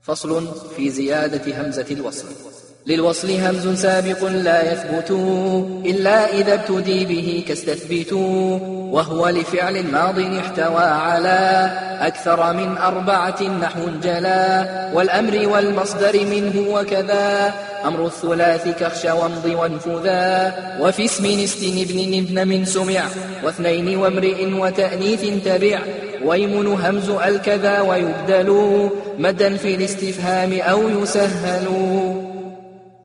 فصل في زيادة همزة الوصل. للوصل همز سابق لا يثبت إلا إذا ابتدي به كاستثبت، وهو لفعل ماض احتوى على أكثر من 4 نحو جلا، والأمر والمصدر منه وكذا، أمر الثلاث كخش وامض وانفذا، وفي اسم ابن من سمع، واثنين وامرئ وتأنيث تبع، ويمن همز الكذا ويبدل مدا في الاستفهام أو يسهل.